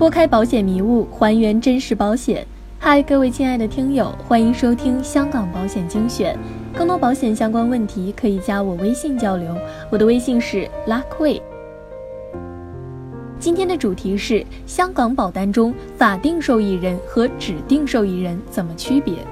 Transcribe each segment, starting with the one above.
拨开保险迷雾，还原真实保险。嗨，各位亲爱的听友，欢迎收听香港保险精选。更多保险相关问题可以加我微信交流，我的微信是 Luckway。今天的主题是香港保单中法定受益人和指定受益人怎么区别。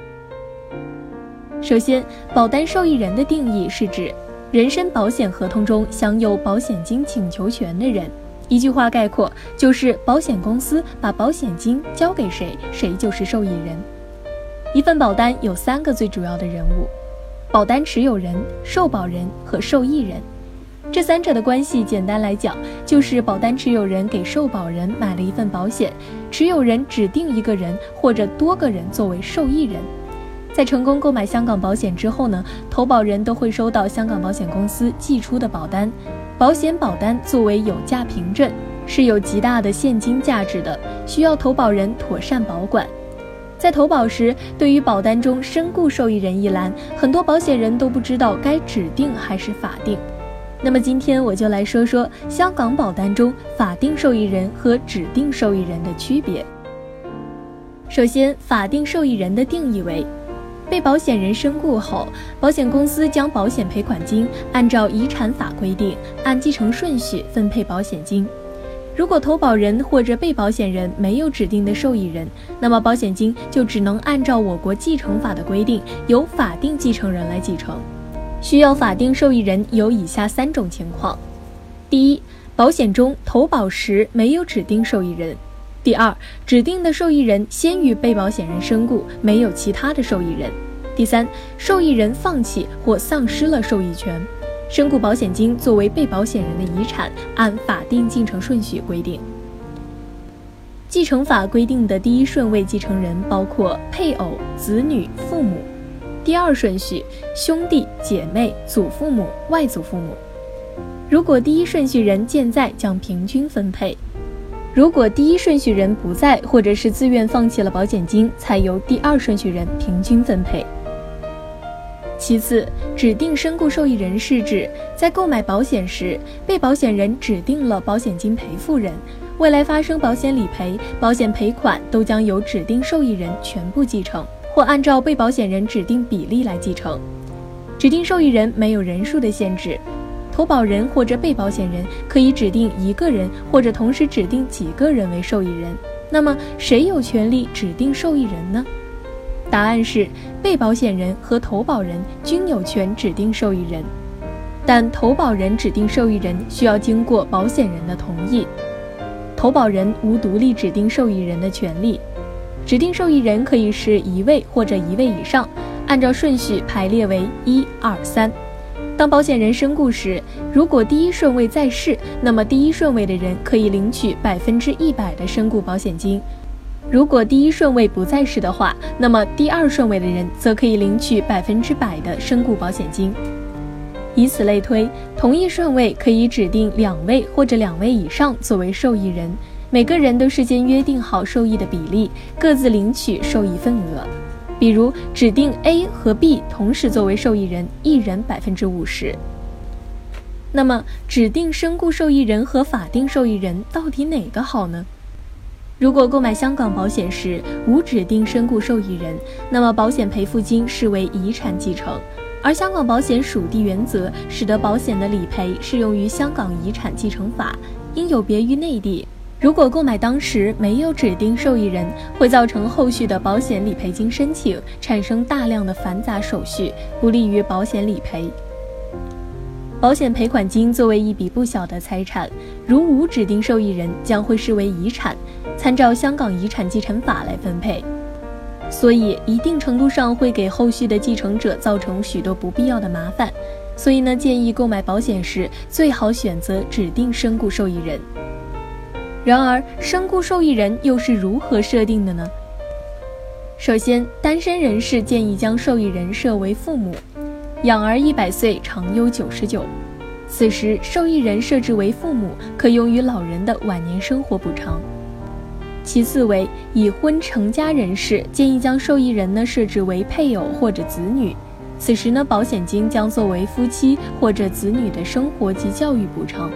首先，保单受益人的定义是指人身保险合同中享有保险金请求权的人。一句话概括，就是保险公司把保险金交给谁，谁就是受益人。一份保单有3个最主要的人物：保单持有人、受保人和受益人。这3者的关系简单来讲，就是保单持有人给受保人买了一份保险，持有人指定一个人或者多个人作为受益人。在成功购买香港保险之后呢，投保人都会收到香港保险公司寄出的保单。保险保单作为有价凭证，是有极大的现金价值的，需要投保人妥善保管。在投保时，对于保单中身故受益人一栏，很多保险人都不知道该指定还是法定。那么今天我就来说说香港保单中法定受益人和指定受益人的区别。首先，法定受益人的定义为：被保险人身故后，保险公司将保险赔款金按照遗产法规定，按继承顺序分配保险金。如果投保人或者被保险人没有指定的受益人，那么保险金就只能按照我国继承法的规定，由法定继承人来继承。需要法定受益人有以下3种情况：第一，保险中投保时没有指定受益人；第二，指定的受益人先于被保险人身故，没有其他的受益人；第三，受益人放弃或丧失了受益权。身故保险金作为被保险人的遗产，按法定继承顺序规定。继承法规定的第一顺位继承人包括配偶、子女、父母；第二顺序兄弟、姐妹、祖父母、外祖父母。如果第一顺序人健在，将平均分配；如果第一顺序人不在，或者是自愿放弃了保险金，才由第二顺序人平均分配。其次，指定身故受益人是指在购买保险时，被保险人指定了保险金赔付人，未来发生保险理赔、保险赔款都将由指定受益人全部继承，或按照被保险人指定比例来继承。指定受益人没有人数的限制，投保人或者被保险人可以指定1个人，或者同时指定几个人为受益人。那么谁有权利指定受益人呢？答案是被保险人和投保人均有权指定受益人，但投保人指定受益人需要经过保险人的同意，投保人无独立指定受益人的权利。指定受益人可以是1位或者1位以上，按照顺序排列为1、2、3。当保险人身故时，如果第一顺位在世，那么第一顺位的人可以领取100%的身故保险金；如果第一顺位不在世的话，那么第二顺位的人则可以领取100%的身故保险金。以此类推，同一顺位可以指定2位或者2位以上作为受益人，每个人都事先约定好受益的比例，各自领取受益份额。比如指定 A 和 B 同时作为受益人，一人50%。那么指定身故受益人和法定受益人到底哪个好呢？如果购买香港保险时无指定身故受益人，那么保险赔付金视为遗产继承，而香港保险属地原则使得保险的理赔适用于香港遗产继承法，应有别于内地。如果购买当时没有指定受益人，会造成后续的保险理赔金申请产生大量的繁杂手续，不利于保险理赔。保险赔款金作为一笔不小的财产，如无指定受益人，将会视为遗产，参照香港遗产继承法来分配，所以一定程度上会给后续的继承者造成许多不必要的麻烦。所以呢，建议购买保险时最好选择指定身故受益人。然而，身故受益人又是如何设定的呢？首先，单身人士建议将受益人设为父母，养儿100岁，长忧99。此时，受益人设置为父母，可用于老人的晚年生活补偿。其次为已婚成家人士，建议将受益人呢设置为配偶或者子女。此时呢，保险金将作为夫妻或者子女的生活及教育补偿。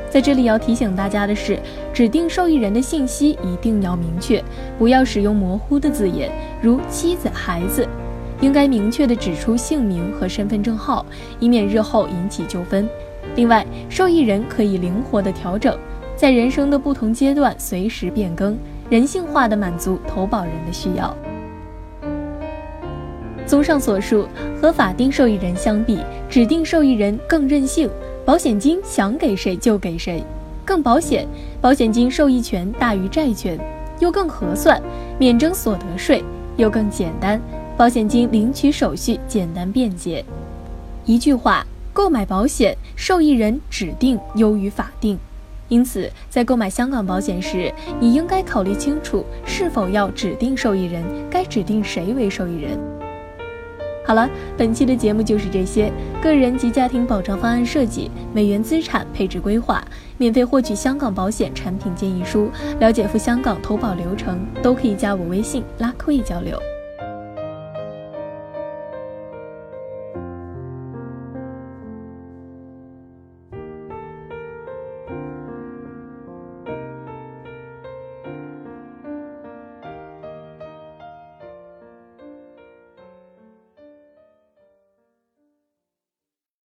在这里要提醒大家的是，指定受益人的信息一定要明确，不要使用模糊的字眼，如妻子、孩子，应该明确地指出姓名和身份证号，以免日后引起纠纷。另外，受益人可以灵活地调整，在人生的不同阶段随时变更，人性化地满足投保人的需要。综上所述，和法定受益人相比，指定受益人更任性，保险金想给谁就给谁，更保险，保险金受益权大于债权，又更合算，免征所得税，又更简单，保险金领取手续简单便捷。一句话，购买保险，受益人指定优于法定。因此，在购买香港保险时，你应该考虑清楚是否要指定受益人，该指定谁为受益人。好了，本期的节目就是这些。个人及家庭保障方案设计、美元资产配置规划，免费获取香港保险产品建议书，了解赴香港投保流程，都可以加我微信拉Chloe交流。